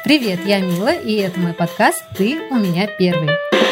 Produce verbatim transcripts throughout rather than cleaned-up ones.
Привет, я Мила, и это мой подкаст «Ты у меня первый».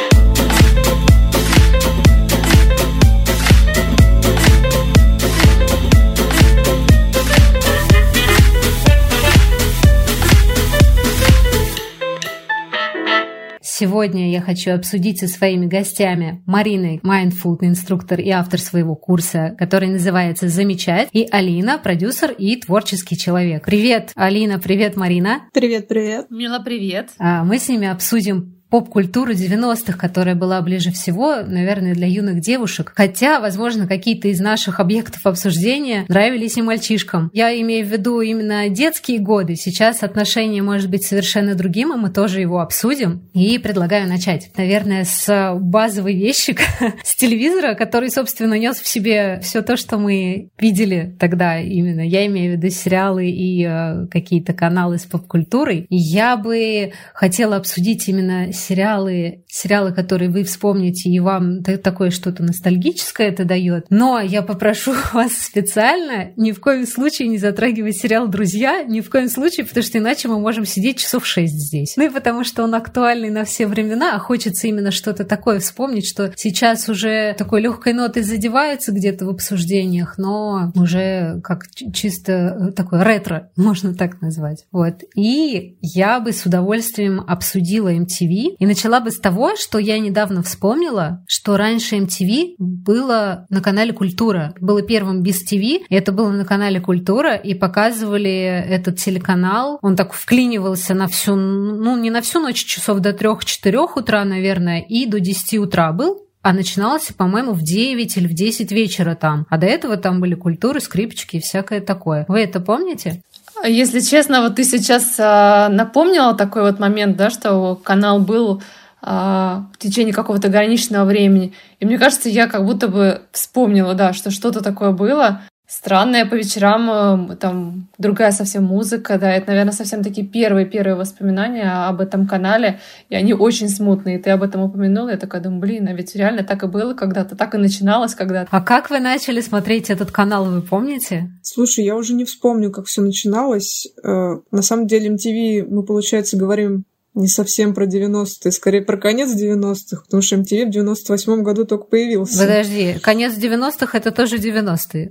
Сегодня я хочу обсудить со своими гостями Мариной, Mindful инструктор и автор своего курса, который называется «Замечать», и Алина, продюсер и творческий человек. Привет, Алина, привет, Марина. Привет, привет. Мила, привет. Мы с ними обсудим поп-культуру девяностых, которая была ближе всего, наверное, для юных девушек. Хотя, возможно, какие-то из наших объектов обсуждения нравились и мальчишкам. Я имею в виду именно детские годы. Сейчас отношение может быть совершенно другим, и мы тоже его обсудим. И предлагаю начать, наверное, с базовой вещи, с телевизора, который, собственно, нес в себе все то, что мы видели тогда именно. Я имею в виду сериалы и э, какие-то каналы с поп-культурой. И я бы хотела обсудить именно сериалы, сериалы, которые вы вспомните, и вам такое что-то ностальгическое это дает. Но я попрошу вас специально ни в коем случае не затрагивать сериал «Друзья», ни в коем случае, потому что иначе мы можем сидеть часов шесть здесь. Ну и потому что он актуальный на все времена, а хочется именно что-то такое вспомнить, что сейчас уже такой легкой нотой задевается где-то в обсуждениях, но уже как чисто такое ретро, можно так назвать. Вот. И я бы с удовольствием обсудила эм ти ви, и начала бы с того, что я недавно вспомнила, что раньше эм ти ви было на канале «Культура». Было первым без ТВ, и это было на канале «Культура», и показывали этот телеканал. Он так вклинивался на всю, ну, не на всю ночь, часов до трех-четырех утра, наверное, и до десяти утра был. А начиналось, по-моему, в девять или в десять вечера там. А до этого там были «Культуры», скрипочки и всякое такое. Вы это помните? Если честно, вот ты сейчас э, напомнила такой вот момент, да, что канал был э, в течение какого-то ограниченного времени. И мне кажется, я как будто бы вспомнила, да, что что-то такое было. Странное по вечерам, э, там другая совсем музыка, да, это, наверное, совсем такие первые-первые воспоминания об этом канале, и они очень смутные. Ты об этом упомянула, я такая думаю, блин, а ведь реально так и было когда-то, так и начиналось когда-то. А как вы начали смотреть этот канал, вы помните? Слушай, я уже не вспомню, как все начиналось. На самом деле эм ти ви мы, получается, говорим не совсем про девяностые, скорее про конец девяностых, потому что эм ти ви в девяносто восьмом году только появился. Подожди, конец девяностых — это тоже девяностые.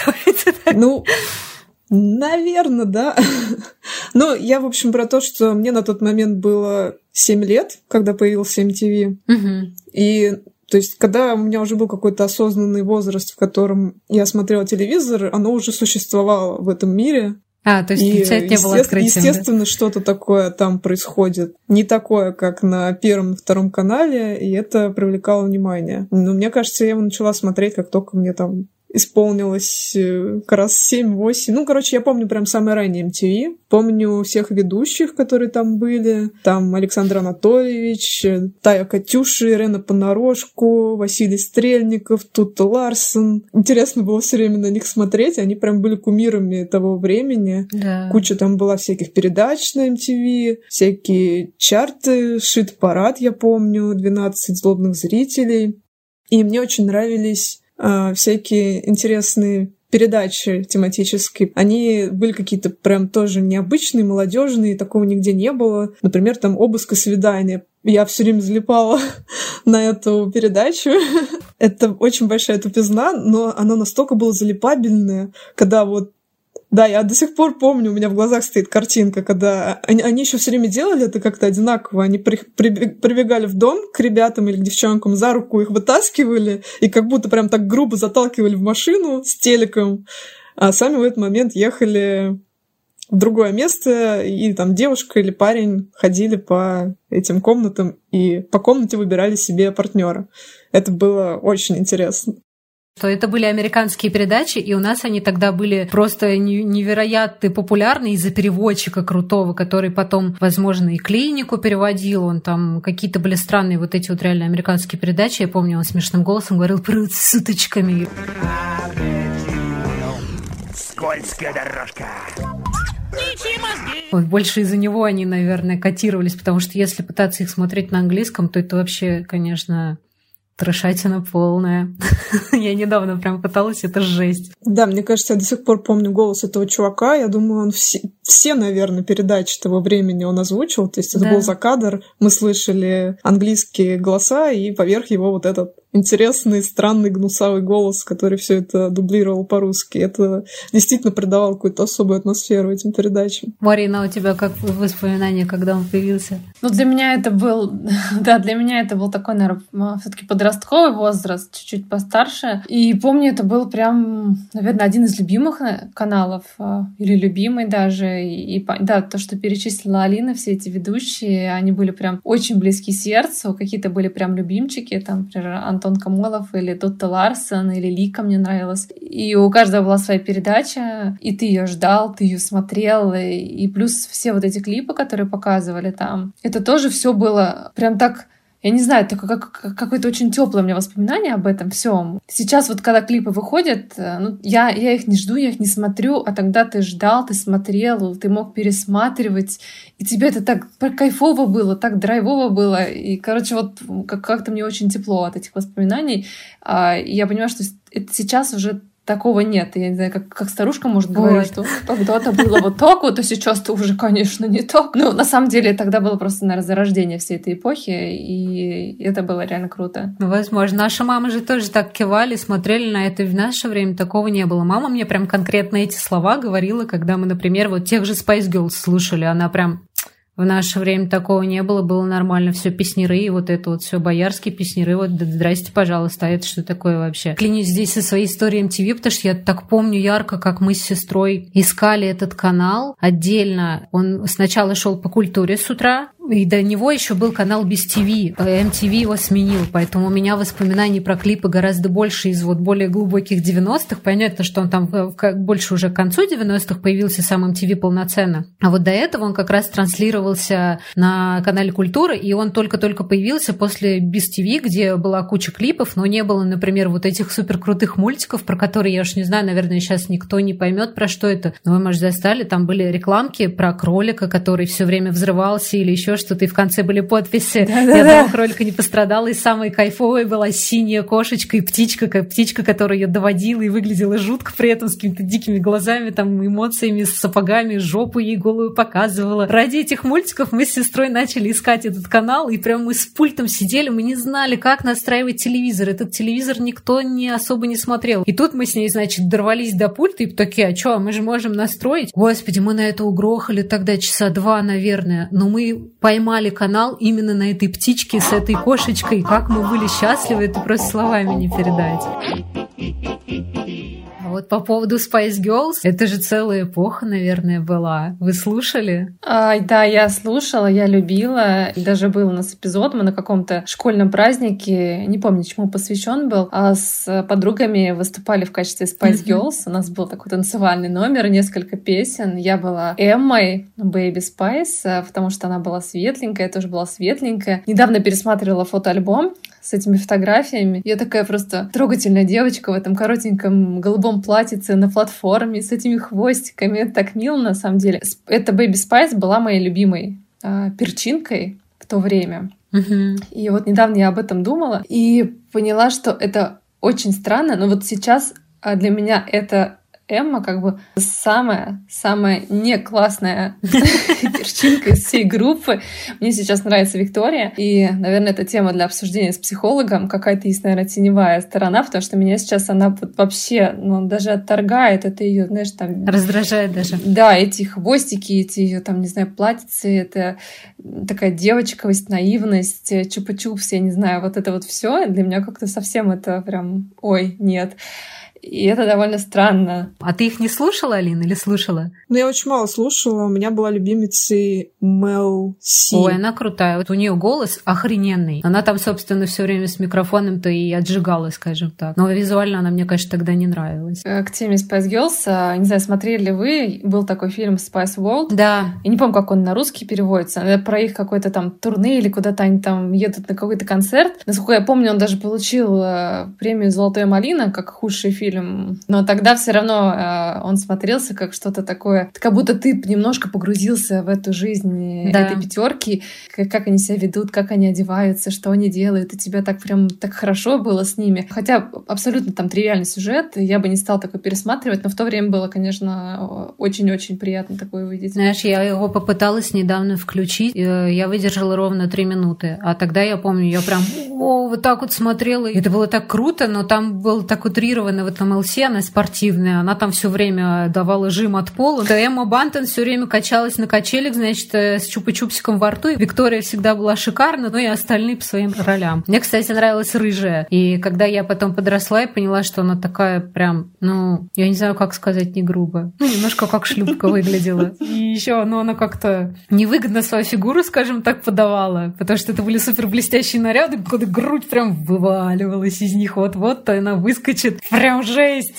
Ну, наверное, да. Но я, в общем, про то, что мне на тот момент было семь лет, когда появился эм ти ви. Угу. И, то есть, когда у меня уже был какой-то осознанный возраст, в котором я смотрела телевизор, оно уже существовало в этом мире. А, то есть и, для тебя не было открытием, естественно, да? что-то такое там происходит. Не такое, как на первом и втором канале, и это привлекало внимание. Но мне кажется, я его начала смотреть, как только мне там исполнилось как раз семь-восемь. Ну, короче, я помню прям самое раннее эм ти ви. Помню всех ведущих, которые там были. Там Александр Анатольевич, Тая Катюша, Ирена Понарошку, Василий Стрельников, Тутта Ларсон. Интересно было все время на них смотреть. Они прям были кумирами того времени. Да. Куча там была всяких передач на эм ти ви, всякие чарты, шит-парад, я помню, двенадцать злобных зрителей. И мне очень нравились всякие интересные передачи тематические. Они были какие-то прям тоже необычные, молодежные, такого нигде не было. Например, там «Обыск и свидание». Я все время залипала на эту передачу. Это очень большая тупизна, но оно настолько было залипабельное, когда вот да, я до сих пор помню, у меня в глазах стоит картинка, когда они, они еще все время делали это как-то одинаково. Они при, при, прибегали в дом к ребятам или к девчонкам, за руку их вытаскивали и как будто прям так грубо заталкивали в машину с телеком, а сами в этот момент ехали в другое место, и там девушка или парень ходили по этим комнатам и по комнате выбирали себе партнера. Это было очень интересно. Что это были американские передачи, и у нас они тогда были просто невероятно популярны из-за переводчика крутого, который потом, возможно, и «Клинику» переводил. Он там какие-то были странные вот эти вот реально американские передачи. Я помню, он смешным голосом говорил про с уточками. Скользкая дорожка. Вот больше из-за него они, наверное, котировались, потому что если пытаться их смотреть на английском, то это вообще, конечно... Трешатина полная. Я недавно прям пыталась, это жесть. Да, мне кажется, я до сих пор помню голос этого чувака. Я думаю, он все, все наверное, передачи того времени он озвучил. То есть это да. был закадр. Мы слышали английские голоса, и поверх его вот этот интересный, странный, гнусавый голос, который все это дублировал по-русски. Это действительно придавало какую-то особую атмосферу этим передачам. Марина, у тебя как воспоминания, когда он появился? Ну, для меня это был... Да, для меня это был такой, наверное, все-таки подростковый возраст, чуть-чуть постарше. И помню, это был прям, наверное, один из любимых каналов, или любимый даже. И, да, то, что перечислила Алина, все эти ведущие, они были прям очень близки сердцу. Какие-то были прям любимчики, там, например, Антон Камолов или Дотта Ларсон, или Лика мне нравилась. И у каждого была своя передача, и ты ее ждал, ты ее смотрел, и, и плюс все вот эти клипы, которые показывали там. Это тоже все было прям так... Я не знаю, это как, как, какое-то очень теплое у меня воспоминание об этом всем. Сейчас вот, когда клипы выходят, ну, я, я их не жду, я их не смотрю, а тогда ты ждал, ты смотрел, ты мог пересматривать, и тебе это так кайфово было, так драйвово было. И, короче, вот как- как-то мне очень тепло от этих воспоминаний. А, и я понимаю, что это сейчас уже такого нет. Я не знаю, как, как старушка может Вот. говорить, что когда-то было вот так вот, а сейчас-то уже, конечно, не так. Ну, на самом деле, тогда было просто, наверное, зарождение всей этой эпохи, и это было реально круто. Ну, возможно. Наши мамы же тоже так кивали, смотрели на это. И в наше время такого не было. Мама мне прям конкретно эти слова говорила, когда мы, например, вот тех же Spice Girls слушали. Она прям... В наше время такого не было, было нормально. Все песняры, и вот это вот все боярские песняры. Вот, да, здрасте, пожалуйста, а это что такое вообще? Клянусь здесь со своей историей эм ти ви, потому что я так помню ярко, как мы с сестрой искали этот канал отдельно. Он сначала шел по культуре с утра, и до него еще был канал без ТВ. эм ти ви его сменил, поэтому у меня воспоминаний про клипы гораздо больше из вот более глубоких девяностых. Понятно, что он там как больше уже к концу девяностых появился сам эм ти ви полноценно. А вот до этого он как раз транслировался на канале «Культура», и он только-только появился после без ТВ, где была куча клипов, но не было, например, вот этих суперкрутых мультиков, про которые, я уж не знаю, наверное, сейчас никто не поймет, про что это. Но вы, может, застали, там были рекламки про кролика, который все время взрывался или еще что-то, и в конце были подписи. Ни одного кролика не пострадало, и самой кайфовой была синяя кошечка и птичка, как птичка, которая ее доводила и выглядела жутко при этом, с какими-то дикими глазами, там, эмоциями, с сапогами, жопу ей голую показывала. Ради этих мультиков мы с сестрой начали искать этот канал, и прям мы с пультом сидели, мы не знали, как настраивать телевизор. Этот телевизор никто не особо не смотрел. И тут мы с ней, значит, дорвались до пульта и такие, а что, мы же можем настроить? Господи, мы на это угрохали тогда часа два, наверное, но мы поймали канал именно на этой птичке с этой кошечкой. Как мы были счастливы, это просто словами не передать. А вот по поводу Spice Girls, это же целая эпоха, наверное, была. Вы слушали? А, да, я слушала, я любила. Даже был у нас эпизод, мы на каком-то школьном празднике, не помню, чему посвящен был, а с подругами выступали в качестве Spice Girls. У нас был такой танцевальный номер, несколько песен. Я была Эммой, Baby Spice, потому что она была светленькая, я тоже была светленькая. Недавно пересматривала фотоальбом с этими фотографиями. Я такая просто трогательная девочка в этом коротеньком голубом платьице на платформе с этими хвостиками. Это так мило, на самом деле. Эта Baby Spice была моей любимой э, перчинкой в то время. Mm-hmm. И вот недавно я об этом думала и поняла, что это очень странно, но вот сейчас для меня это Эмма как бы самая-самая не классная перчинка из всей группы. Мне сейчас нравится Виктория, и, наверное, это тема для обсуждения с психологом. Какая-то есть, наверное, теневая сторона, потому что меня сейчас она вот вообще, ну, даже отторгает. Это ее, знаешь, там... Раздражает даже. Да, эти хвостики, эти ее, там, не знаю, платьицы, это такая девочковость, наивность, чупа-чупс, я не знаю, вот это вот все для меня как-то совсем это прям, ой, нет. И это довольно странно. А ты их не слушала, Алина, или слушала? Ну, я очень мало слушала. У меня была любимицей Мел Си. Ой, она крутая. Вот у нее голос охрененный. Она там, собственно, все время с микрофоном-то и отжигала, скажем так. Но визуально она мне, конечно, тогда не нравилась. К теме Spice Girls, не знаю, смотрели ли вы, был такой фильм Spice World. Да. Я не помню, как он на русский переводится. Про их какой-то там турне или куда-то они там едут на какой-то концерт. Насколько я помню, он даже получил премию «Золотая малина» как худший фильм фильм. Но тогда все равно э, он смотрелся как что-то такое, как будто ты немножко погрузился в эту жизнь да. этой пятерки, как, как они себя ведут, как они одеваются, что они делают, и тебе так прям так хорошо было с ними. Хотя абсолютно там тривиальный сюжет, я бы не стала такой пересматривать, но в то время было, конечно, очень-очень приятно такое увидеть. Знаешь, я его попыталась недавно включить, я выдержала ровно три минуты, а тогда я помню, я прям о, вот так вот смотрела, и это было так круто, но там было так утрировано, вот там эл си, она спортивная, она там все время давала жим от пола, да Эмма Бантон все время качалась на качелях, значит, с чупа-чупсиком во рту, и Виктория всегда была шикарна, ну и остальные по своим ролям. Мне, кстати, нравилась рыжая, и когда я потом подросла и поняла, что она такая прям, ну, я не знаю, как сказать не грубо, ну, немножко как шлюпка выглядела. И еще, ну, она как-то невыгодно свою фигуру, скажем так, подавала, потому что это были супер блестящие наряды, когда грудь прям вываливалась из них вот-вот, то она выскочит. Прям жесть!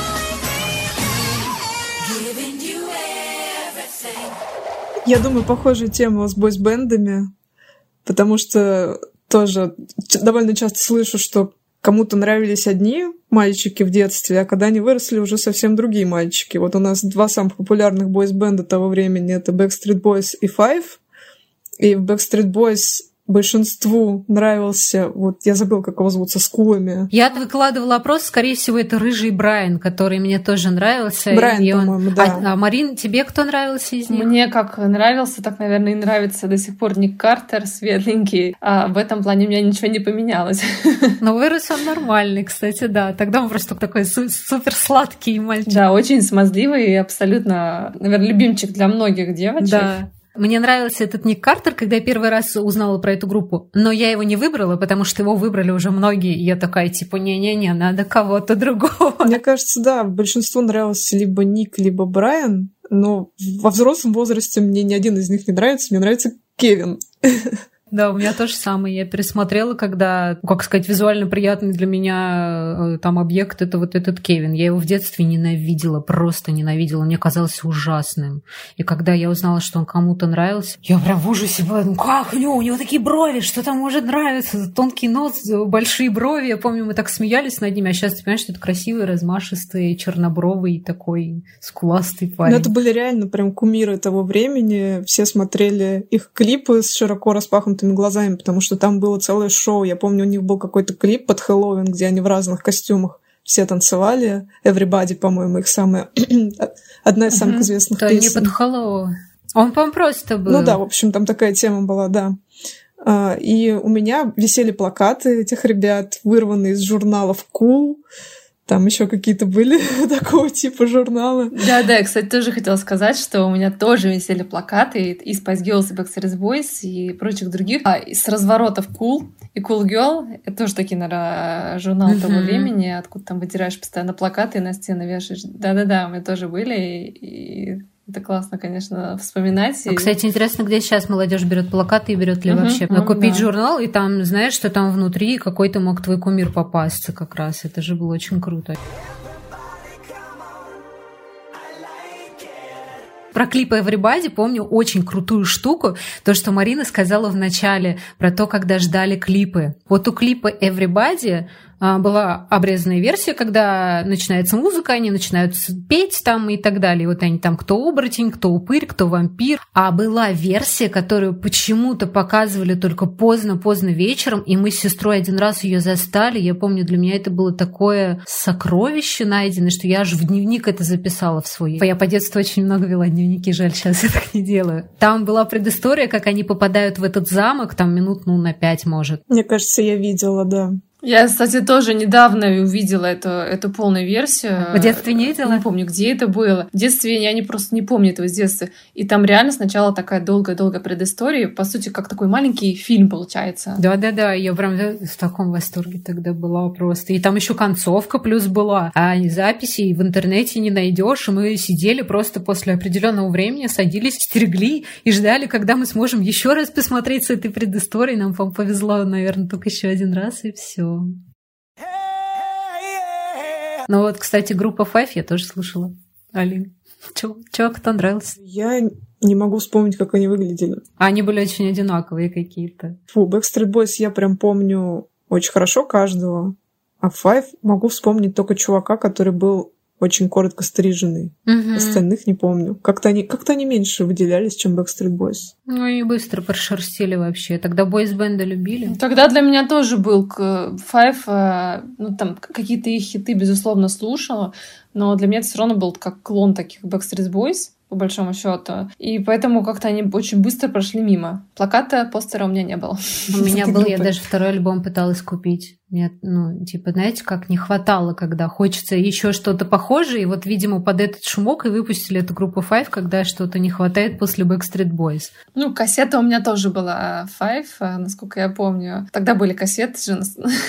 Я думаю, похожая тема с бойсбендами, потому что тоже довольно часто слышу, что кому-то нравились одни мальчики в детстве, а когда они выросли, уже совсем другие мальчики. Вот у нас два самых популярных бойсбенда того времени — это Backstreet Boys и Five. И в Backstreet Boys большинству нравился, вот я забыла, как его зовут, со скулами. Я выкладывала опрос, скорее всего, это рыжий Брайан, который мне тоже нравился. Брайан, и он... по-моему, да. А, а Марин, тебе кто нравился из них? Мне как нравился, так, наверное, и нравится до сих пор Ник Картер, светленький. А в этом плане у меня ничего не поменялось. Но вырос он нормальный, кстати, да. Тогда он просто такой супер сладкий мальчик. Да, очень смазливый и абсолютно, наверное, любимчик для многих девочек. Да. Мне нравился этот Ник Картер, когда я первый раз узнала про эту группу. Но я его не выбрала, потому что его выбрали уже многие. И я такая, типа, не-не-не, надо кого-то другого. Мне кажется, да, большинству нравился либо Ник, либо Брайан. Но во взрослом возрасте мне ни один из них не нравится. Мне нравится Кевин. Да, у меня то же самое. Я пересмотрела, когда, как сказать, визуально приятный для меня там объект — это вот этот Кевин. Я его в детстве ненавидела, просто ненавидела. Мне казался ужасным. И когда я узнала, что он кому-то нравился, я прям в ужасе была. Ну как у него? У него такие брови, что там может нравиться? Тонкий нос, большие брови. Я помню, мы так смеялись над ними. А сейчас ты понимаешь, что это красивый, размашистый, чернобровый такой скуластый парень. Ну, это были реально прям кумиры того времени. Все смотрели их клипы с широко распахнутыми глазами, потому что там было целое шоу. Я помню, у них был какой-то клип под Хэллоуин, где они в разных костюмах все танцевали. Everybody, по-моему, их самая... одна из самых известных да, песен. Не под Хэллоуин. Он, по-моему, просто был. Ну да, в общем, там такая тема была, да. И у меня висели плакаты этих ребят, вырванные из журналов Cool. Там еще какие-то были такого типа журналы. Да-да, я, кстати, тоже хотела сказать, что у меня тоже висели плакаты и Spice Girls, и Backstreet Boys, и прочих других. А с разворотов Cool и Cool Girl, это тоже такие, наверное, журналы mm-hmm. того времени, откуда там вытираешь постоянно плакаты и на стены вешаешь. Да-да-да, у меня тоже были, и... и... это классно, конечно, вспоминать. А, кстати, интересно, где сейчас молодежь берет плакаты и берет ли uh-huh, вообще. Но uh-huh, купить да. журнал, и там, знаешь, что там внутри какой-то мог твой кумир попасться как раз. Это же было очень круто. Про клипы Everybody помню очень крутую штуку, то, что Марина сказала в начале про то, когда ждали клипы. Вот у клипа Everybody была обрезанная версия, когда начинается музыка, они начинают петь там и так далее. Вот они там кто оборотень, кто упырь, кто вампир. А была версия, которую почему-то показывали только поздно-поздно вечером, и мы с сестрой один раз ее застали. Я помню, для меня это было такое сокровище найденное, что я аж в дневник это записала в свой. Я по детству очень много вела дневники, жаль, сейчас я так не делаю. Там была предыстория, как они попадают в этот замок, там минут, ну, на пять, может. Мне кажется, я видела, да. Я, кстати, тоже недавно увидела эту, эту полную версию. В детстве не видела? Не помню, где это было. В детстве я не, просто не помню этого с детства. И там реально сначала такая долгая-долгая предыстория. По сути, как такой маленький фильм получается. Да-да-да, я прям в таком восторге тогда была просто. И там еще концовка плюс была. А записей в интернете не найдешь. И мы сидели просто после определенного времени, садились, стерегли и ждали, когда мы сможем еще раз посмотреть с этой предысторией. Нам, по-моему, повезло, наверное, только еще один раз, и все. Ну вот, кстати, группа Five я тоже слушала. Алин, чего, чего кто нравился? Я не могу вспомнить, как они выглядели. Они были очень одинаковые какие-то. Фу, Backstreet Boys я прям помню очень хорошо каждого. А Five могу вспомнить только чувака, который был очень коротко стриженный. Угу. Остальных не помню. Как-то они, как-то они меньше выделялись, чем Backstreet Boys. Ну, они быстро прошерстили вообще. Тогда бойс-бенды любили. Тогда для меня тоже был Five. Ну, там какие-то их хиты, безусловно, слушала. Но для меня это все равно был как клон таких Backstreet Boys, по большому счету. И поэтому как-то они очень быстро прошли мимо. Плаката, постера у меня не было. У меня был, я даже второй альбом пыталась купить. Мне, ну, типа, знаете, как не хватало, когда хочется еще что-то похожее, и вот, видимо, под этот шумок и выпустили эту группу Five, когда что-то не хватает после Backstreet Boys. Ну, кассета у меня тоже была Five, насколько я помню. Тогда были кассеты же,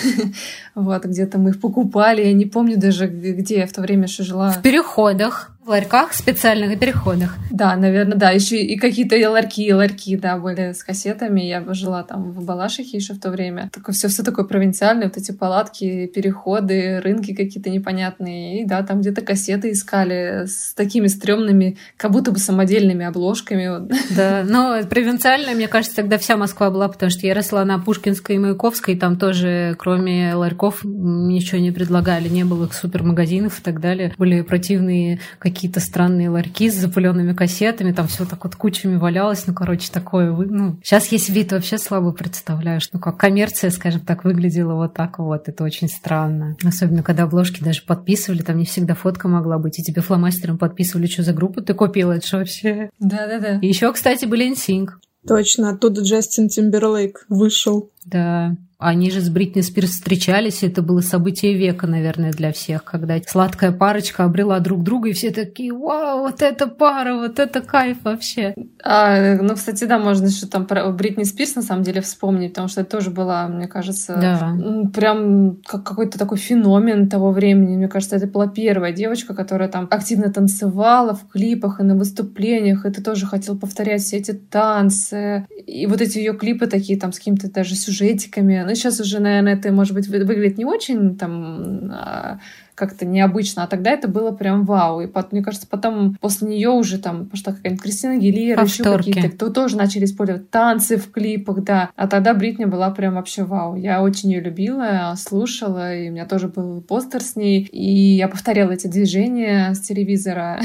вот, где-то мы их покупали, я не помню даже, где я в то время еще жила. В переходах, в ларьках специальных и переходах. Да, наверное, да, еще и какие-то и ларьки, и ларьки, да, были с кассетами, я жила там в Балашихе еще в то время. Такое, все, все такое провинциальное, вот эти палатки, переходы, рынки какие-то непонятные. И да, там где-то кассеты искали с такими стрёмными, как будто бы самодельными обложками. Да, но провинциальная, мне кажется, тогда вся Москва была, потому что я росла на Пушкинской и Маяковской, и там тоже, кроме ларьков, ничего не предлагали. Не было супермагазинов и так далее. Были противные какие-то странные ларьки с запыленными кассетами, там все так вот кучами валялось. Ну, короче, такое... Ну, сейчас я себе это вообще слабо представляю, что, ну, как коммерция, скажем так, выглядела вот так вот. Это очень странно. Особенно, когда обложки даже подписывали, там не всегда фотка могла быть, и тебе фломастером подписывали, что за группу ты купила, это что вообще? Да-да-да. И еще, кстати, были эн синк. Точно, оттуда Джастин Тимберлейк вышел. Да. Они же с Бритни Спирс встречались, и это было событие века, наверное, для всех, когда сладкая парочка обрела друг друга, и все такие: вау, вот это пара, вот это кайф вообще. А, ну, кстати, да, можно еще там про Бритни Спирс на самом деле вспомнить, потому что это тоже была, мне кажется, да. прям как какой-то такой феномен того времени. Мне кажется, это была первая девочка, которая там активно танцевала в клипах и на выступлениях, и ты тоже хотел повторять все эти танцы. И вот эти ее клипы такие там с какими-то даже сюжетиками. Ну, сейчас уже, наверное, это, может быть, выглядит не очень там как-то необычно, а тогда это было прям вау. И, мне кажется, потом после нее уже там пошла какая-нибудь Кристина Агилера, еще какие-то, кто тоже начали использовать танцы в клипах, да. А тогда Бритни была прям вообще вау. Я очень ее любила, слушала, и у меня тоже был постер с ней, и я повторяла эти движения с телевизора.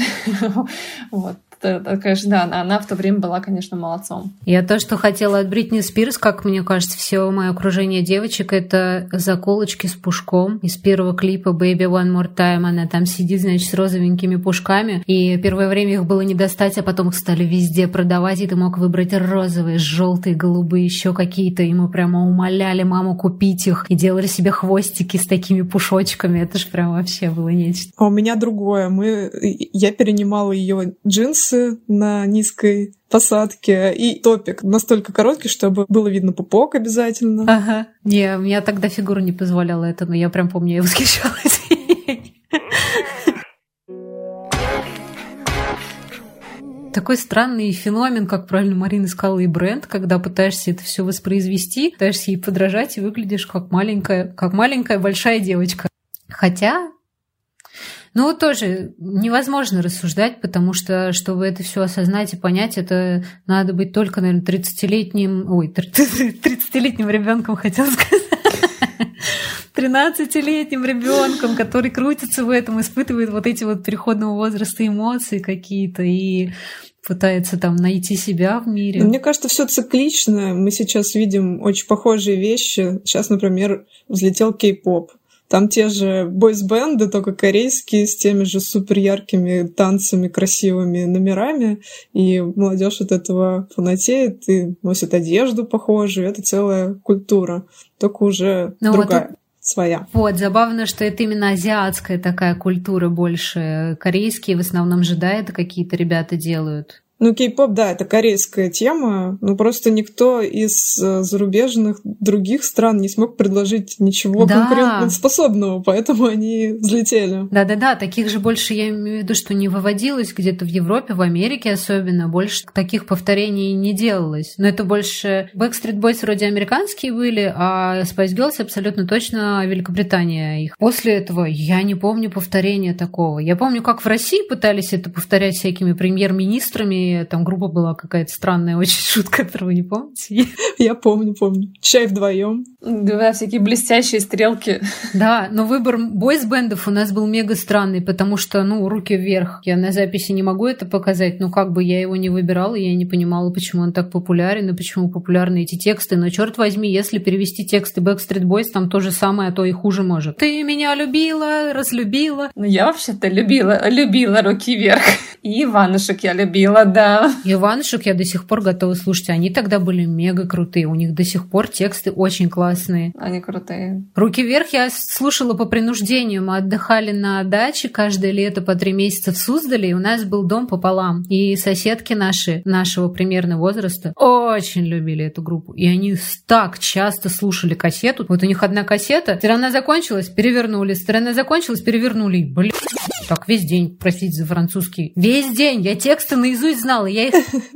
Вот. Это, конечно, да, она, она в то время была, конечно, молодцом. Я то, что хотела от Бритни Спирс, как мне кажется, все мое окружение девочек, это заколочки с пушком. Из первого клипа Baby One More Time она там сидит, значит, с розовенькими пушками. И первое время их было не достать, а потом их стали везде продавать, и ты мог выбрать розовые, желтые, голубые, еще какие-то. И мы прямо умоляли маму купить их и делали себе хвостики с такими пушочками. Это ж прям вообще было нечто. А у меня другое. Мы... Я перенимала ее джинсы на низкой посадке и топик настолько короткий, чтобы было видно пупок обязательно. Ага. Не, у меня тогда фигура не позволяла это, но я прям помню, я восхищалась. Такой странный феномен, как правильно Марина сказала, и бренд, когда пытаешься это все воспроизвести, пытаешься ей подражать, и выглядишь как маленькая, как маленькая большая девочка. Хотя... Ну, тоже невозможно рассуждать, потому что, чтобы это все осознать и понять, это надо быть только, наверное, тридцатилетним... Ой, тридцатилетним ребенком, хотела сказать. тринадцатилетним ребенком, который крутится в этом, испытывает вот эти вот переходного возраста эмоции какие-то и пытается там найти себя в мире. Мне кажется, все циклично. Мы сейчас видим очень похожие вещи. Сейчас, например, взлетел кей-поп. Там те же бойс-бенды, только корейские, с теми же супер яркими танцами, красивыми номерами. И молодежь от этого фанатеет и носит одежду похожую. Это целая культура, только уже ну, другая. Вот своя. Вот, забавно, что это именно азиатская такая культура больше. Корейские в основном же, да, это какие-то ребята делают. Ну, кей-поп, да, это корейская тема, но просто никто из зарубежных других стран не смог предложить ничего да. конкурентоспособного, поэтому они взлетели. Да-да-да, таких же больше, я имею в виду, что не выводилось где-то в Европе, в Америке особенно, больше таких повторений не делалось. Но это больше... Backstreet Boys вроде американские были, а Spice Girls абсолютно точно Великобритания их. После этого я не помню повторения такого. Я помню, как в России пытались это повторять всякими премьер-министрами, Армии, там группа была какая-то странная, очень шутка, которую вы не помните? Я помню, помню. Чай вдвоем. Да, всякие блестящие стрелки. Да, но выбор бойс-бендов у нас был мега странный, потому что, ну, руки вверх. Я на записи не могу это показать, но как бы я его не выбирала, я не понимала, почему он так популярен и почему популярны эти тексты. Но, черт возьми, если перевести тексты Backstreet Boys, там то же самое, а то и хуже может. Ты меня любила, разлюбила. Ну, я вообще-то любила, любила руки вверх. И Иванушек я любила, да. Иванушек я до сих пор готова слушать. Они тогда были мега крутые. У них до сих пор тексты очень классные. Они крутые. Руки вверх я слушала по принуждению. Мы отдыхали на даче каждое лето по три месяца в Суздале, и у нас был дом пополам. И соседки наши, нашего примерно возраста, очень любили эту группу. И они так часто слушали кассету. Вот у них одна кассета, сторона закончилась, перевернули, сторона закончилась, перевернули. Блин. Так, весь день, простите за французский. Весь день. Я тексты наизусть знала. Я их...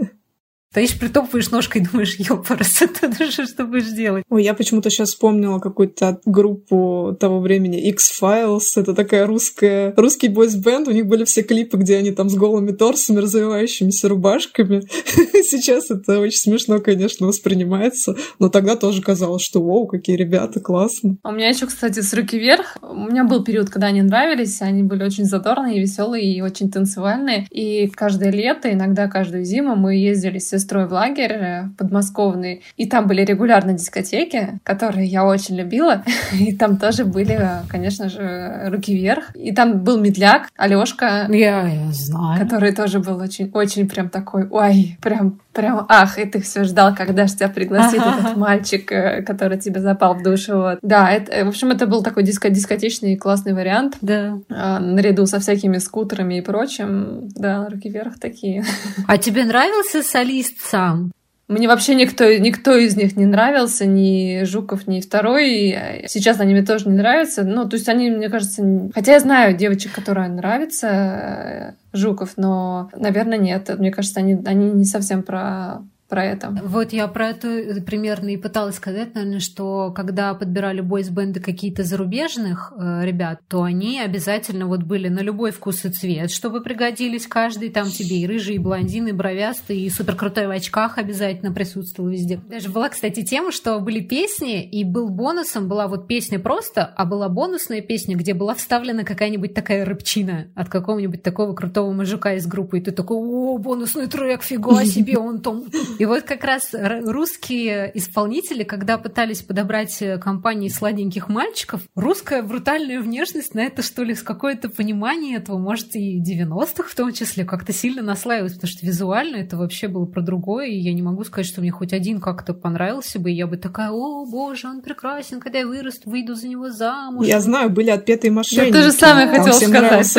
Стоишь, притопываешь ножкой и думаешь, ёпарас, это даже что будешь делать? Ой, я почему-то сейчас вспомнила какую-то группу того времени X-Files. Это такая русская... русский бойс-бенд. У них были все клипы, где они там с голыми торсами, развивающимися рубашками. Сейчас это очень смешно, конечно, воспринимается. Но тогда тоже казалось, что вау, какие ребята, классно. У меня еще, кстати, с руки вверх. У меня был период, когда они нравились. Они были очень задорные, веселые и очень танцевальные. И каждое лето, иногда каждую зиму мы ездили с сестрой в лагерь подмосковный, и там были регулярно дискотеки, которые я очень любила, и там тоже были, конечно же, руки вверх. И там был Медляк, Алёшка, я, я знаю, который тоже был очень-очень прям такой, ой, прям Прям, ах, и ты все ждал, когда же тебя пригласит ага. этот мальчик, который тебе запал в душу. Вот. Да, это, в общем, это был такой диско- дискотечный классный вариант. Да. А, наряду со всякими скутерами и прочим. Да, руки вверх такие. А тебе нравился солист сам? Мне вообще никто, никто из них не нравился, ни Жуков, ни второй. Сейчас они мне тоже не нравятся. Ну, то есть они, мне кажется... Хотя я знаю девочек, которым нравится Жуков, но, наверное, нет. Мне кажется, они, они не совсем про... про это. Вот я про это примерно и пыталась сказать, наверное, что когда подбирали бойс-бенды какие-то зарубежных э, ребят, то они обязательно вот были на любой вкус и цвет, чтобы пригодились каждый, там тебе и рыжий, и блондин, и бровястый, и суперкрутой в очках обязательно присутствовал везде. Даже была, кстати, тема, что были песни, и был бонусом, была вот песня просто, а была бонусная песня, где была вставлена какая-нибудь такая рыбчина от какого-нибудь такого крутого мужика из группы, и ты такой, о, бонусный трек, фига себе, он там... И вот как раз русские исполнители, когда пытались подобрать компании сладеньких мальчиков, русская брутальная внешность на это, что ли, с какое-то понимание этого, может, и девяностых в том числе, как-то сильно наслаивалось, потому что визуально это вообще было про другое, и я не могу сказать, что мне хоть один как-то понравился бы, и я бы такая, о, боже, он прекрасен, когда я вырасту, выйду за него замуж. Я знаю, были отпетые мошенники. Да, то же самое хотела сказать,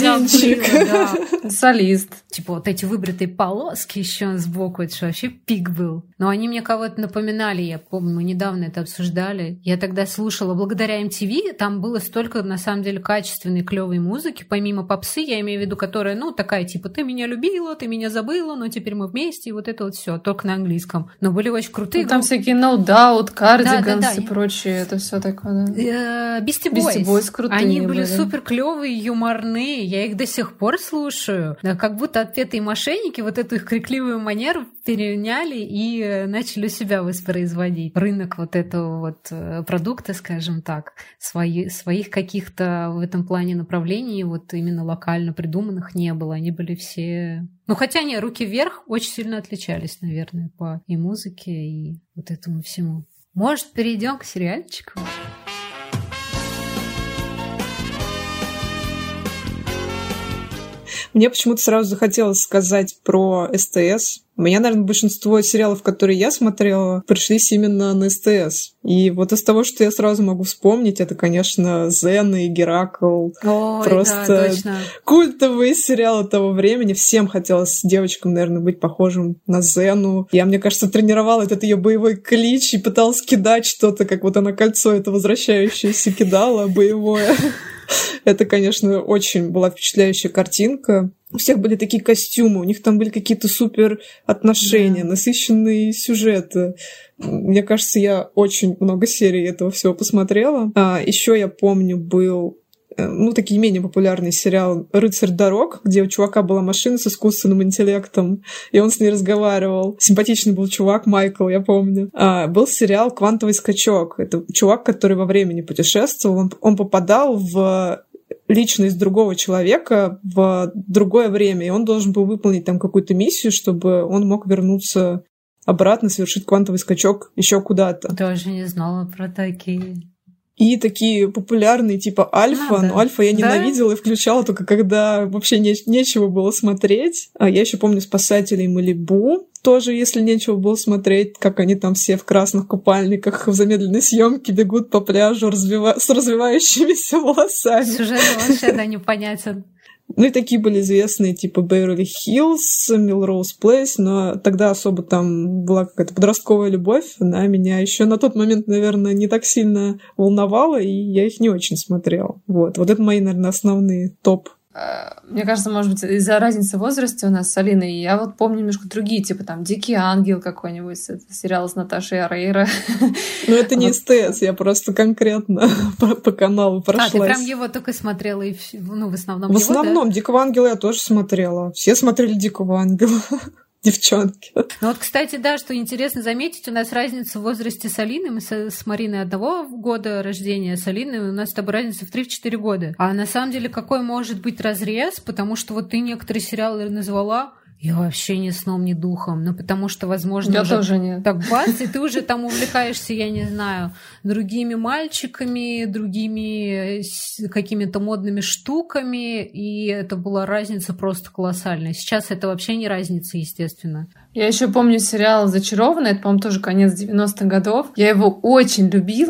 точно. Да. Солист. Типа вот эти выбритые полоски еще сбоку, это что, вообще пик был. Но они мне кого-то напоминали, я помню, мы недавно это обсуждали. Я тогда слушала, благодаря эм ти ви, там было столько, на самом деле, качественной, клевой музыки, помимо попсы, я имею в виду, которая, ну, такая, типа, ты меня любила, ты меня забыла, но теперь мы вместе, и вот это вот все, только на английском. Но были очень крутые. Ну, там всякие No Doubt, Cardigans да, да, да. и прочее, это все такое, да. Beastie Boys. Beastie Boys крутые они были, были супер клевые, юморные, я их до сих пор слушаю. Да, как будто отпетые мошенники вот эту их крикливую манеру переняли и начали у себя воспроизводить. Рынок вот этого вот продукта, скажем так, свои, своих каких-то в этом плане направлений вот именно локально придуманных не было. Они были все... Ну, хотя они руки вверх очень сильно отличались, наверное, по и музыке, и вот этому всему. Может, перейдем к сериальчику? Мне почему-то сразу захотелось сказать про эс тэ эс. У меня, наверное, большинство сериалов, которые я смотрела, пришлись именно на эс тэ эс. И вот из того, что я сразу могу вспомнить, это, конечно, Зен и Геракл. Ой, просто да, точно. Культовые сериалы того времени. Всем хотелось девочкам, наверное, быть похожим на Зену. Я, мне кажется, тренировала этот ее боевой клич и пыталась кидать что-то, как вот она кольцо это возвращающееся кидала, боевое. Это, конечно, очень была впечатляющая картинка. У всех были такие костюмы, у них там были какие-то супер отношения, да. Насыщенные сюжеты. Мне кажется, я очень много серий этого всего посмотрела. А, еще я помню, был ну, такие менее популярные сериалы «Рыцарь дорог», где у чувака была машина с искусственным интеллектом, и он с ней разговаривал. Симпатичный был чувак, Майкл, я помню. А, был сериал «Квантовый скачок». Это чувак, который во времени путешествовал. Он, он попадал в личность другого человека в другое время, и он должен был выполнить там какую-то миссию, чтобы он мог вернуться обратно, совершить квантовый скачок еще куда-то. Тоже не знала про такие. И такие популярные, типа Альфа. А, да. Но Альфа я ненавидела, да? И включала только когда вообще не, нечего было смотреть. А я еще помню «Спасателей Малибу». Тоже, если нечего было смотреть, как они там все в красных купальниках в замедленной съемке бегут по пляжу развива... с развивающимися волосами. Сюжет вообще, да, непонятен. Ну и такие были известные, типа Беверли-Хиллз, Милроуз Плейс, но тогда особо там была какая-то подростковая любовь. Она меня еще на тот момент, наверное, не так сильно волновала, и я их не очень смотрела. Вот, вот это мои, наверное, основные топ. Мне кажется, может быть, из-за разницы в возрасте у нас с Алиной, я вот помню немножко другие, типа там «Дикий ангел» какой-нибудь, сериал с Наташей Орейро. Ну, это не СТС, я просто конкретно по, по каналу прошлась. А, ты прям его только смотрела, и, ну, в основном В его, основном, да? «Дикого ангела» я тоже смотрела. Все смотрели «Дикого ангела». Девчонки. Ну вот, кстати, да, что интересно заметить, у нас разница в возрасте с Алиной. Мы с, с Мариной одного года рождения, с Алиной у нас с тобой разница в три-четыре года. А на самом деле какой может быть разрез? Потому что вот ты некоторые сериалы назвала, я вообще ни сном, ни духом. Ну, потому что, возможно, я уже тоже нет. Так бац, и ты уже там увлекаешься, я не знаю, другими мальчиками, другими какими-то модными штуками, и это была разница просто колоссальная. Сейчас это вообще не разница, естественно. Я еще помню сериал «Зачарованная», это, по-моему, тоже конец девяностых годов. Я его очень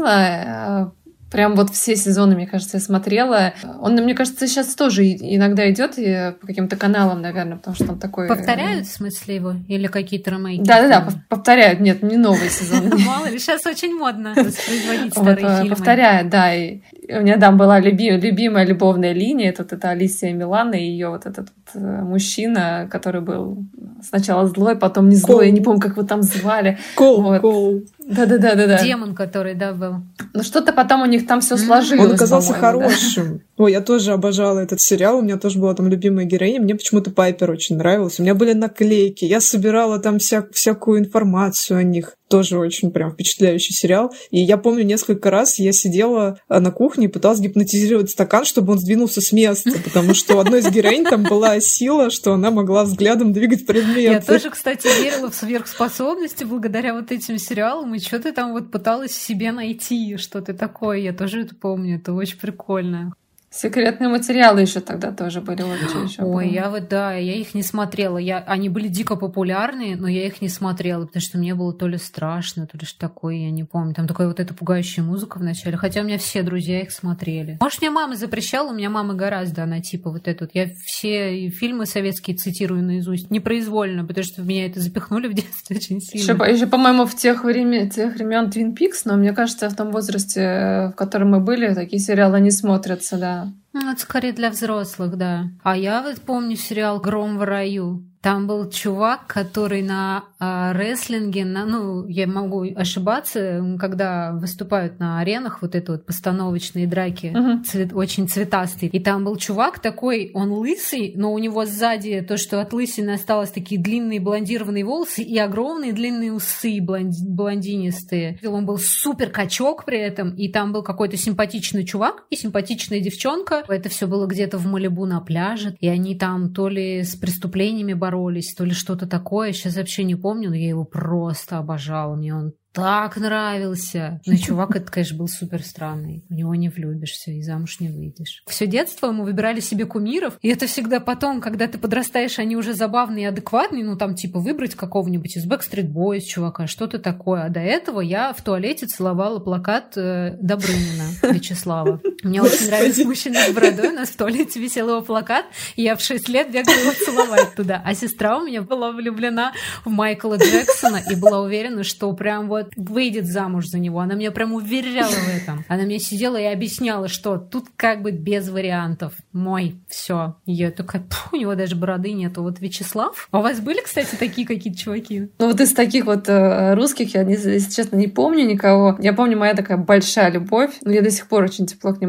любила. Прям вот все сезоны, мне кажется, я смотрела. Он, мне кажется, сейчас тоже иногда идет по каким-то каналам, наверное, потому что он такой... Повторяют, в смысле, его? Или какие-то ремейки? Да-да-да, повторяют. Нет, не новые сезоны. Мало ли, сейчас очень модно воспроизводить старые фильмы. Повторяют, да. И у меня там была любимая любовная линия. Тут это Алисия Милано и ее вот этот мужчина, который был сначала злой, потом не злой. Я не помню, как его там звали. Кол, Кол. Да-да-да-да. Демон, который, да, был. Ну, что-то потом у них там все сложилось. Он оказался хорошим. Да? Ой, я тоже обожала этот сериал. У меня тоже была там любимая героиня. Мне почему-то Пайпер очень нравилась. У меня были наклейки. Я собирала там вся, всякую информацию о них. Тоже очень прям впечатляющий сериал. И я помню, несколько раз я сидела на кухне и пыталась гипнотизировать стакан, чтобы он сдвинулся с места, потому что у одной из героинь там была сила, что она могла взглядом двигать предметы. Я тоже, кстати, верила в сверхспособности благодаря вот этим сериалам, и что-то там вот пыталась себе найти, что-то такое. Я тоже это помню, это очень прикольно. Секретные материалы еще тогда тоже были очень еще. Ой, я вот, да, я их не смотрела. Я, они были дико популярные, но я их не смотрела, потому что мне было то ли страшно, то ли что такое, я не помню. Там такая вот эта пугающая музыка в начале, хотя у меня все друзья их смотрели. Может, мне мама запрещала, у меня мама гораздо, она типа вот эту. Я все фильмы советские цитирую наизусть, непроизвольно, потому что в меня это запихнули в детстве очень сильно. Еще, еще по-моему, в тех, время, тех времен Twin Peaks, но мне кажется, в том возрасте, в котором мы были, такие сериалы не смотрятся, да. Ну, это скорее для взрослых, да. А я вот помню сериал «Гром в раю». Там был чувак, который на э, рестлинге, на, ну, я могу ошибаться, когда выступают на аренах, вот это вот постановочные драки, uh-huh. цвет, очень цветастые. И там был чувак такой, он лысый, но у него сзади то, что от лысины осталось, такие длинные блондированные волосы и огромные длинные усы блонди, блондинистые. Он был супер качок при этом, и там был какой-то симпатичный чувак и симпатичная девчонка. Это все было где-то в Малибу на пляже, и они там то ли с преступлениями боролись, боролись, то ли что-то такое. Сейчас вообще не помню, но я его просто обожала. Мне он так нравился. Но чувак, это, конечно, был супер странный. В него не влюбишься и замуж не выйдешь. Все детство мы выбирали себе кумиров, и это всегда потом, когда ты подрастаешь, они уже забавные и адекватные, ну там типа выбрать какого-нибудь из Backstreet Boys чувака, что-то такое. А до этого я в туалете целовала плакат э, Добрынина Вячеслава. Мне очень нравится мужчина с бородой, у нас в туалете висел его плакат, и я в шесть лет бегала его целовать туда. А сестра у меня была влюблена в Майкла Джексона и была уверена, что прям вот выйдет замуж за него. Она меня прям уверяла в этом. Она мне сидела и объясняла, что тут как бы без вариантов. Мой, все. Я такая, у него даже бороды нету. Вот Вячеслав. А у вас были, кстати, такие какие-то чуваки? Ну вот из таких вот э, русских я, если честно, не помню никого. Я помню, моя такая большая любовь. Но я до сих пор очень тепло к нему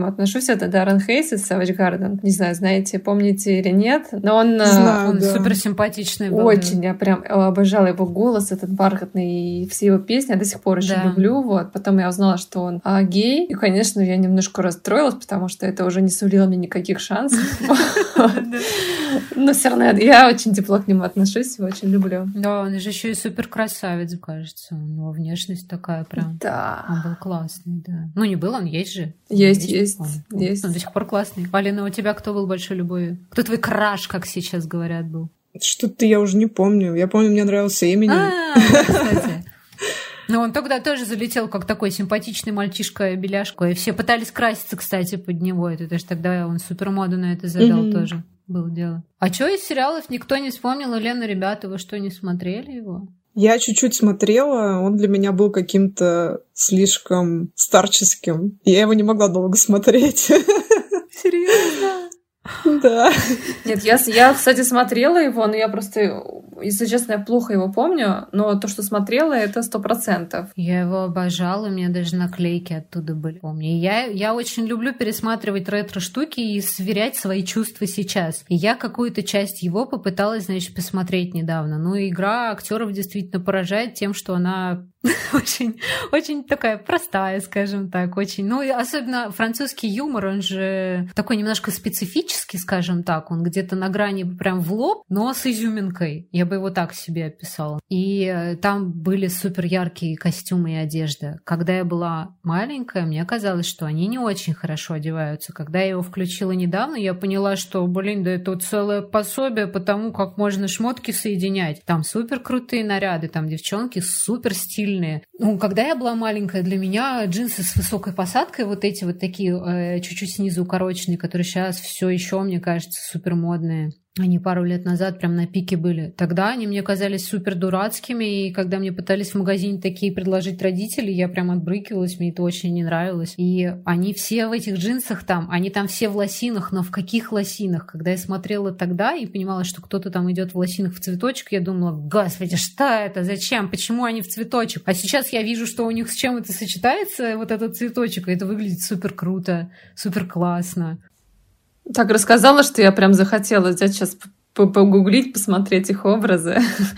нему отношусь. Это Даррен Хейс из Savage Garden. Не знаю, знаете, помните или нет, но он, Знаю, он да. супер симпатичный был. Очень, да. я прям обожала его голос, этот бархатный, и все его песни я до сих пор еще Да. люблю. Вот. Потом я узнала, что он а, гей, и, конечно, я немножко расстроилась, потому что это уже не сулило мне никаких шансов. Но все равно я очень тепло к нему отношусь, его очень люблю. Да, он же еще и супер красавец, кажется. У него внешность такая прям. Да. Он был классный, да. Ну, не был, он есть же. Есть, есть, Он, есть. он до сих пор классный. Алина, у тебя кто был большой любовью? Кто твой краш, как сейчас говорят, был? Что-то я уже не помню. Я помню, мне нравился Эминем. А, да, кстати. Но он тогда тоже залетел как такой симпатичный мальчишка-беляшка. И все пытались краситься, кстати, под него. Это даже тогда он супер моду на это задал Мгм. тоже. Было дело. А что из сериалов никто не вспомнил? Лена, ребята, вы что, не смотрели его? Я чуть-чуть смотрела, он для меня был каким-то слишком старческим. И я его не могла долго смотреть. Серьезно? Да. Нет, я, я, кстати, смотрела его, но я просто, если честно, я плохо его помню, но то, что смотрела, это сто процентов. Я его обожала, у меня даже наклейки оттуда были, помню. И я, я очень люблю пересматривать ретро-штуки и сверять свои чувства сейчас. И я какую-то часть его попыталась, значит, посмотреть недавно. Ну, игра актеров действительно поражает тем, что она очень, очень такая простая, скажем так, очень. Ну, и особенно французский юмор, он же такой немножко специфический, скажем так. Он где-то на грани прям в лоб, но с изюминкой. Я бы его так себе описала. И э, там были супер яркие костюмы и одежда. Когда я была маленькая, мне казалось, что они не очень хорошо одеваются. Когда я его включила недавно, я поняла, что, блин, да это целое пособие по тому, как можно шмотки соединять. Там супер крутые наряды, там девчонки супер стильные. Ну, когда я была маленькая, для меня джинсы с высокой посадкой, вот эти вот такие э, чуть-чуть снизу укороченные, которые сейчас все еще, мне кажется, супер модные. Они пару лет назад прям на пике были. Тогда они мне казались супер дурацкими, и когда мне пытались в магазине такие предложить родители, я прям отбрыкивалась, мне это очень не нравилось. И они все в этих джинсах там, они там все в лосинах, но в каких лосинах? Когда я смотрела тогда и понимала, что кто-то там идет в лосинах в цветочек, я думала, господи, что это, зачем, почему они в цветочек? А сейчас я вижу, что у них с чем это сочетается, вот этот цветочек, и это выглядит супер круто, супер классно. Так рассказала, что я прям захотела взять сейчас погуглить, посмотреть их образы.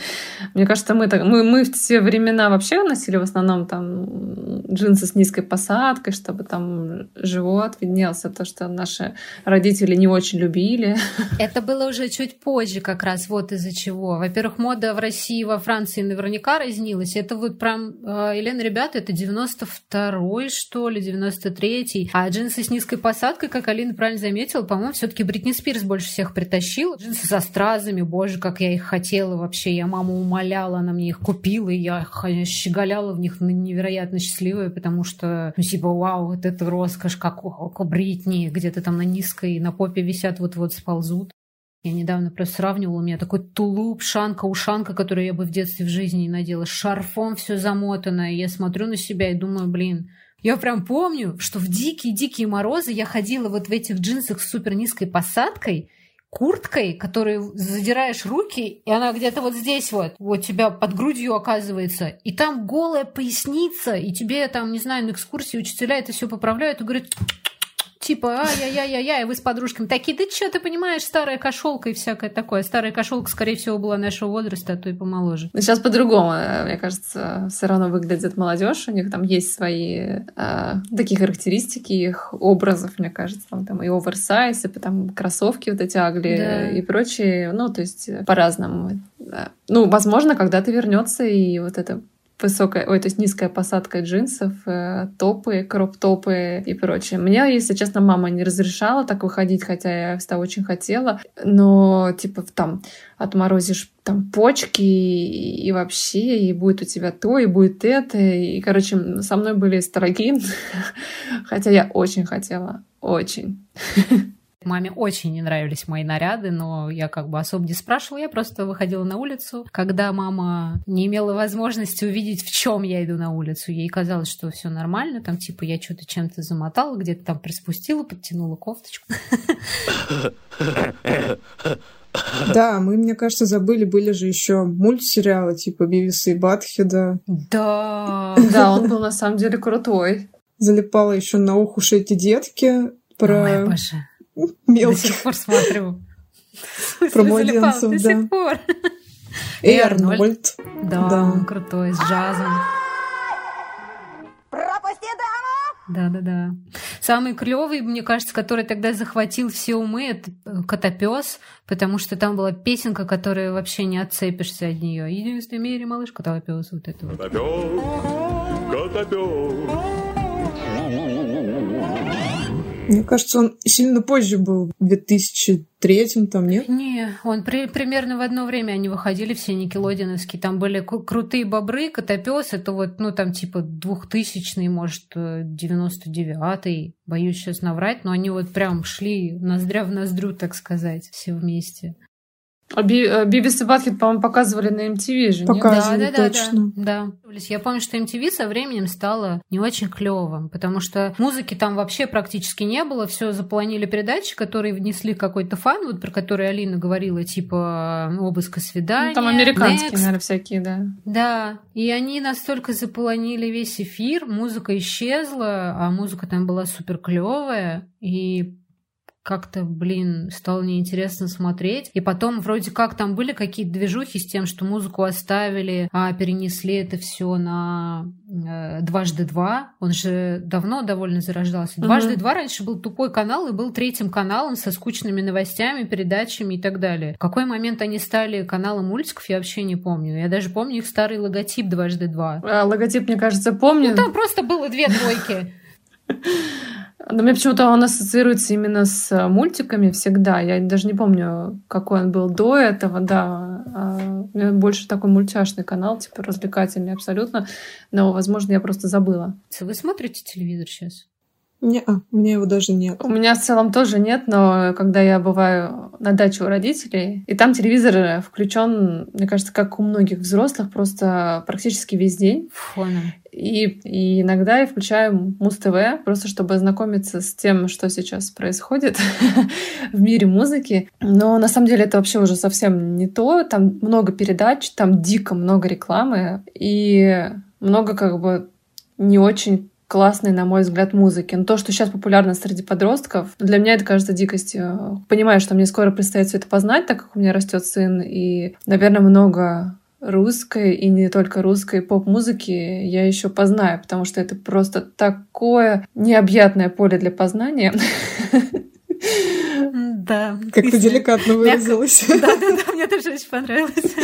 Мне кажется, мы, так, мы, мы в те времена вообще носили в основном там джинсы с низкой посадкой, чтобы там живот виднелся, то, что наши родители не очень любили. Это было уже чуть позже как раз, вот из-за чего. Во-первых, мода в России и во Франции наверняка разнилась. Это вот прям, Елена, ребята, это девяносто второй, что ли, девяносто третий. А джинсы с низкой посадкой, как Алина правильно заметила, по-моему, все-таки Бритни Спирс больше всех притащила. Джинсы со стразами, боже, как я их хотела вообще. Я маму умоляла, она мне их купила, и я щеголяла в них невероятно счастливая, потому что, ну, типа, вау, вот это роскошь, как у Бритни, где-то там на низкой, на попе висят, вот-вот сползут. Я недавно просто сравнивала, у меня такой тулуп, шанка, ушанка, которую я бы в детстве в жизни не надела, с шарфом все замотано, и я смотрю на себя и думаю, блин, я прям помню, что в дикие-дикие морозы я ходила вот в этих джинсах с супер низкой посадкой, курткой, которой задираешь руки, и она где-то вот здесь вот, вот тебя под грудью оказывается, и там голая поясница, и тебе там, не знаю, на экскурсии учителя это все поправляют и говорят, типа, ай-яй-яй-яй, и вы с подружками такие, да что, ты понимаешь, старая кошелка и всякое такое. Старая кошелка, скорее всего, была нашего возраста, а то и помоложе. Но сейчас по-другому, мне кажется, все равно выглядит молодежь. У них там есть свои э, такие характеристики их образов, мне кажется, там, там и оверсайз, и там кроссовки вот эти агли, да, и прочие. Ну, то есть по-разному. Да. Ну, возможно, когда-то вернется и вот это высокая, ой, то есть низкая посадка джинсов, э, топы, кроп-топы и прочее. Мне, если честно, мама не разрешала так выходить, хотя я всегда очень хотела, но типа там отморозишь там почки и, и вообще, и будет у тебя то, и будет это, и, короче, со мной были строги, хотя я очень хотела, очень. Маме очень не нравились мои наряды, но я как бы особо не спрашивала, я просто выходила на улицу. Когда мама не имела возможности увидеть, в чем я иду на улицу, ей казалось, что все нормально, там типа я что-то чем-то замотала, где-то там приспустила, подтянула кофточку. Да, мы, мне кажется, забыли, были же еще мультсериалы типа Бивиса и Батхеда. Да, да, он был на самом деле крутой. залипала еще на «Ох уж эти детки», про Ой, боже. мелких. До сих пор смотрю. Про младенцев, до да. сих пор. И Арнольд. Да, Да. он крутой, с джазом. Пропусти даму! Да-да-да. Самый клевый, мне кажется, который тогда захватил все умы, это «Котопес», потому что там была песенка, которая вообще не отцепишься от нее. Единственный в мире малыш Котопес, вот это вот. Котопес, котопес. Мне кажется, он сильно позже был, в две тысячи третьем, там, нет? Не, он при, примерно в одно время они выходили, все никелодиновские. Там были кру- крутые бобры, Котопес, это вот, ну, там типа двухтысячный, может, девяносто девятый, боюсь сейчас наврать, но они вот прям шли ноздря в ноздрю, так сказать, все вместе. А Би- а Бивис и Батхед, по-моему, показывали на эм ти ви же, нет? Показывали, да, да, точно. Да, да. Я помню, что эм ти ви со временем стало не очень клевым, потому что музыки там вообще практически не было, все заполонили передачи, которые внесли какой-то фан, вот про который Алина говорила, типа обыск и свидания. Ну, там американские, Next. наверное, всякие, да. Да, и они настолько заполонили весь эфир, музыка исчезла, а музыка там была супер клевая, и как-то, блин, стало неинтересно смотреть. И потом вроде как там были какие-то движухи с тем, что музыку оставили, а перенесли это все на э, дважды два. Он же давно довольно зарождался. Дважды два раньше был тупой канал и был третьим каналом со скучными новостями, передачами и так далее. В какой момент они стали каналом мультиков, я вообще не помню. Я даже помню их старый логотип дважды два. А, логотип, мне кажется, помню. Ну там просто было две двойки. Но мне почему-то он ассоциируется именно с мультиками всегда. Я даже не помню, какой он был до этого, да. А, у меня больше такой мультяшный канал, типа развлекательный абсолютно. Но, возможно, я просто забыла. Вы смотрите телевизор сейчас? Не-а, у меня его даже нет. У меня в целом тоже нет, но когда я бываю на даче у родителей, и там телевизор включен, мне кажется, как у многих взрослых, просто практически весь день. Фоном. И, и иногда я включаю Муз-ТВ, просто чтобы ознакомиться с тем, что сейчас происходит в мире музыки. Но на самом деле это вообще уже совсем не то. Там много передач, там дико много рекламы и много как бы не очень классной, на мой взгляд, музыки. Но то, что сейчас популярно среди подростков, для меня это кажется дикостью. Понимаю, что мне скоро предстоит все это познать, так как у меня растет сын, и, наверное, много русской и не только русской поп-музыки я еще познаю, потому что это просто такое необъятное поле для познания. Да. Как ты деликатно выразилась. Да-да-да, мне тоже очень понравилось.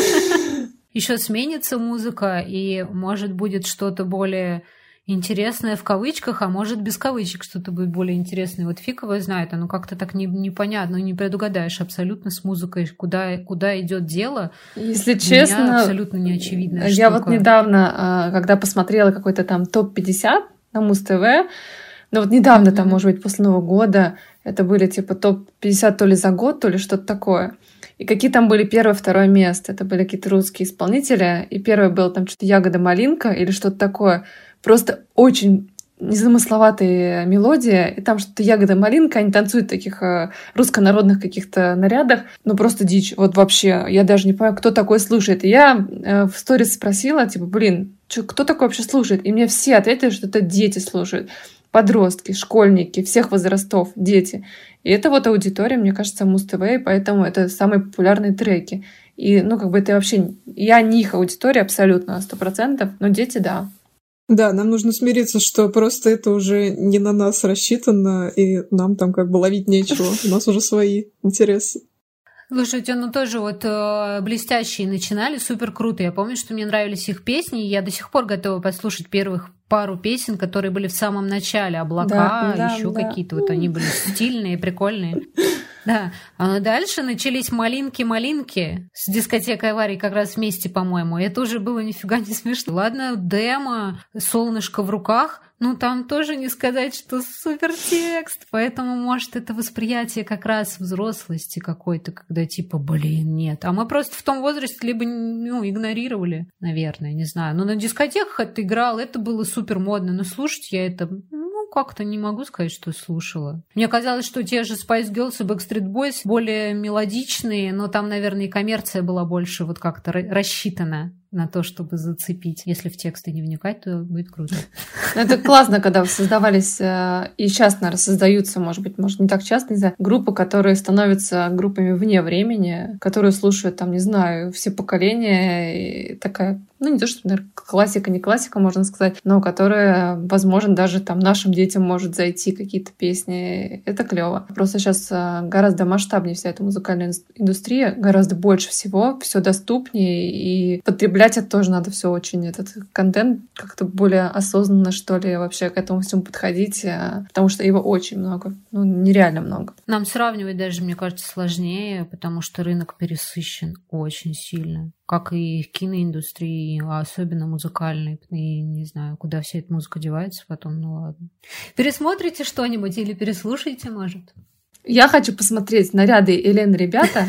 Еще сменится музыка, и, может, будет что-то более интересное в кавычках, а может, без кавычек что-то будет более интересное. Вот фиг его знает, оно как-то так не, непонятно, не предугадаешь абсолютно с музыкой, куда, куда идет дело. Если Для честно, меня абсолютно неочевидная я штука. вот недавно, когда посмотрела какой-то там топ пятьдесят на Муз-ТВ, ну вот недавно, mm-hmm. там, может быть, после Нового года, это были типа топ пятьдесят то ли за год, то ли что-то такое. И какие там были первое, второе место? Это были какие-то русские исполнители. И первое было там что-то «Ягода малинка» или что-то такое. Просто очень незамысловатая мелодия. И там что-то «Ягода малинка», они танцуют в таких э, руссконародных каких-то нарядах. Ну просто дичь. Вот вообще, я даже не понимаю, кто такой слушает. И я э, в сторис спросила, типа, блин, чё, кто такой вообще слушает? И мне все ответили, что это дети слушают. Подростки, школьники, всех возрастов, дети. И это вот аудитория, мне кажется, Муз-ТВ, и поэтому это самые популярные треки. И, ну, как бы это вообще... Я не их аудитория абсолютно на сто процентов, но дети, да. Да, нам нужно смириться, что просто это уже не на нас рассчитано, и нам там как бы ловить нечего. У нас уже свои интересы. Слушайте, ну тоже вот э, блестящие начинали, супер круто. Я помню, что мне нравились их песни, и я до сих пор готова послушать первых пару песен, которые были в самом начале. «Облака», да, еще да, какие-то. Вот они были стильные, прикольные. Да. А дальше начались «Малинки-малинки» с дискотекой «Аварии» как раз вместе, по-моему. Это уже было нифига не смешно. Ладно, демо, «Солнышко в руках», ну, там тоже не сказать, что супер текст. Поэтому, может, это восприятие как раз взрослости какой-то, когда типа, блин, нет. А мы просто в том возрасте либо ну, игнорировали, наверное, не знаю. Но на дискотеках это играл, это было супер модно. Но слушать я это, ну, как-то не могу сказать, что слушала. Мне казалось, что те же Spice Girls и Backstreet Boys более мелодичные, но там, наверное, и коммерция была больше вот как-то рассчитана на то, чтобы зацепить. Если в тексты не вникать, то будет круто. Это классно, когда создавались, и сейчас, наверное, создаются, может быть, может, не так часто, не знаю, группы, которые становятся группами вне времени, которые слушают, там, не знаю, все поколения, и такая, ну, не то, что, наверное, классика, не классика, можно сказать, но которая, возможно, даже там нашим детям может зайти, какие-то песни. Это клево. Просто сейчас гораздо масштабнее вся эта музыкальная индустрия, гораздо больше всего, все доступнее, и потреблять это тоже надо все очень, этот контент как-то более осознанно, что ли, вообще к этому всему подходить, потому что его очень много, ну, нереально много. Нам сравнивать даже, мне кажется, сложнее, потому что рынок пересыщен очень сильно, как и киноиндустрии, а особенно музыкальной. И не знаю, куда вся эта музыка девается потом, ну ладно. Пересмотрите что-нибудь или переслушайте, может? Я хочу посмотреть «Наряды Элен, ребята».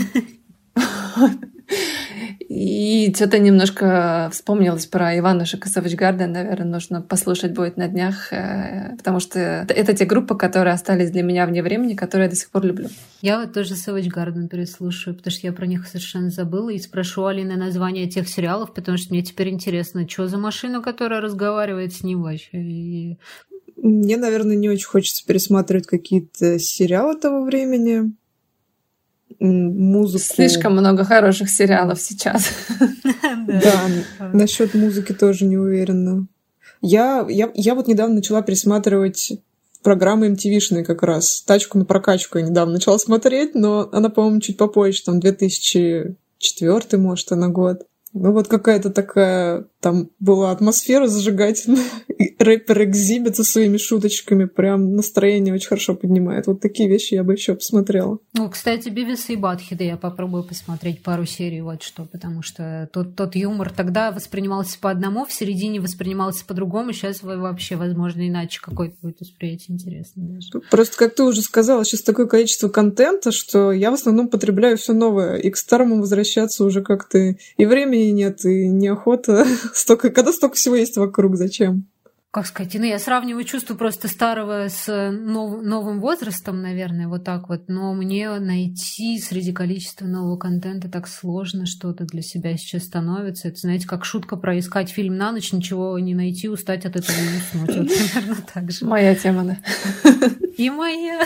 И что-то немножко вспомнилось про Иванушек и Savage Garden. Наверное, нужно послушать будет на днях, потому что это те группы, которые остались для меня вне времени, которые я до сих пор люблю. Я вот тоже Savage Garden переслушаю, потому что я про них совершенно забыла, и спрошу Алины название тех сериалов, потому что мне теперь интересно, что за машина, которая разговаривает с ним вообще. И... Мне, наверное, не очень хочется пересматривать какие-то сериалы того времени. Музыку. Слишком много хороших сериалов сейчас. Да, насчет музыки тоже не уверена. Я, я, я вот недавно начала пересматривать программы эм ти ви-шные как раз. «Тачку на прокачку» я недавно начала смотреть, но она, по-моему, чуть попозже, там две тысячи четвёртый, может, она год. Ну вот какая-то такая там была атмосфера зажигательная. Рэпер Экзибит со своими шуточками прям настроение очень хорошо поднимает. Вот такие вещи я бы еще посмотрела. Ну, кстати, Бивиса и Батхеда я попробую посмотреть пару серий, вот что, потому что тот, тот юмор тогда воспринимался по одному, в середине воспринимался по-другому, сейчас вообще, возможно, иначе какое-то будет восприятие интересно даже. Просто, как ты уже сказала, сейчас такое количество контента, что я в основном потребляю все новое, и к старому возвращаться уже как-то и времени нет, и неохота. Столько, когда столько всего есть вокруг, зачем? Как сказать, ну, я сравниваю чувство просто старого с нов- новым возрастом, наверное, вот так вот, но мне найти среди количества нового контента так сложно что-то для себя сейчас становится. Это, знаете, как шутка про искать фильм на ночь, ничего не найти, устать от этого и уснуть. Вот примерно так же. Моя тема, да. И моя.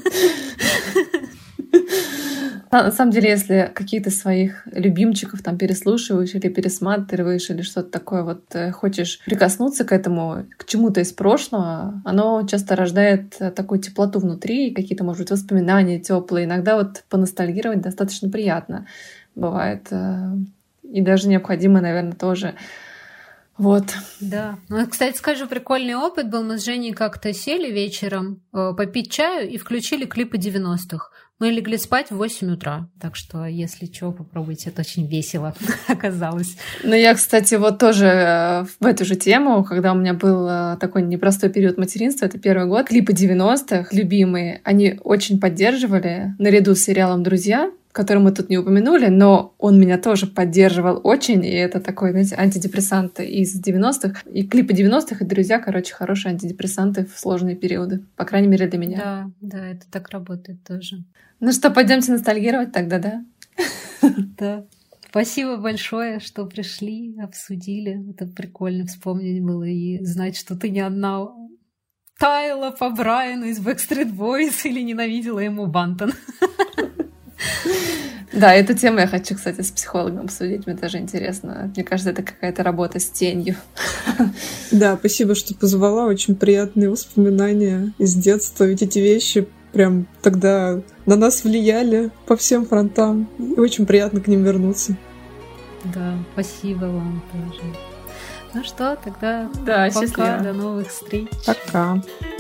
На самом деле, если какие-то своих любимчиков там переслушиваешь или пересматриваешь, или что-то такое, вот хочешь прикоснуться к этому, к чему-то из прошлого, оно часто рождает такую теплоту внутри, какие-то, может быть, воспоминания теплые. Иногда вот поностальгировать достаточно приятно бывает. И даже необходимо, наверное, тоже. Вот. Да. Ну, кстати, скажу, прикольный опыт был. Мы с Женей как-то сели вечером э, попить чаю и включили клипы девяностых. Мы легли спать в восемь утра. Так что, если что, попробуйте. Это очень весело оказалось. Ну, я, кстати, вот тоже в эту же тему, когда у меня был такой непростой период материнства, это первый год, клипы девяностых, любимые, они очень поддерживали, наряду с сериалом «Друзья», который мы тут не упомянули, но он меня тоже поддерживал очень, и это такой, знаете, антидепрессант из девяностых. И клипы девяностых, и «Друзья», короче, хорошие антидепрессанты в сложные периоды. По крайней мере, для меня. Да, да, это так работает тоже. Ну что, пойдемте ностальгировать тогда, да? Да. Спасибо большое, что пришли, обсудили. Это прикольно вспомнить было и знать, что ты не одна таяла по Брайану из Backstreet Boys или ненавидела ему Бантон. Да, эту тему я хочу, кстати, с психологом обсудить. Мне тоже интересно. Мне кажется, это какая-то работа с тенью. Да, спасибо, что позвала. Очень приятные воспоминания из детства. Ведь эти вещи прям тогда на нас влияли по всем фронтам. И очень приятно к ним вернуться. Да, спасибо вам тоже. Ну что, тогда да, пока, счастливо. До новых встреч. Пока.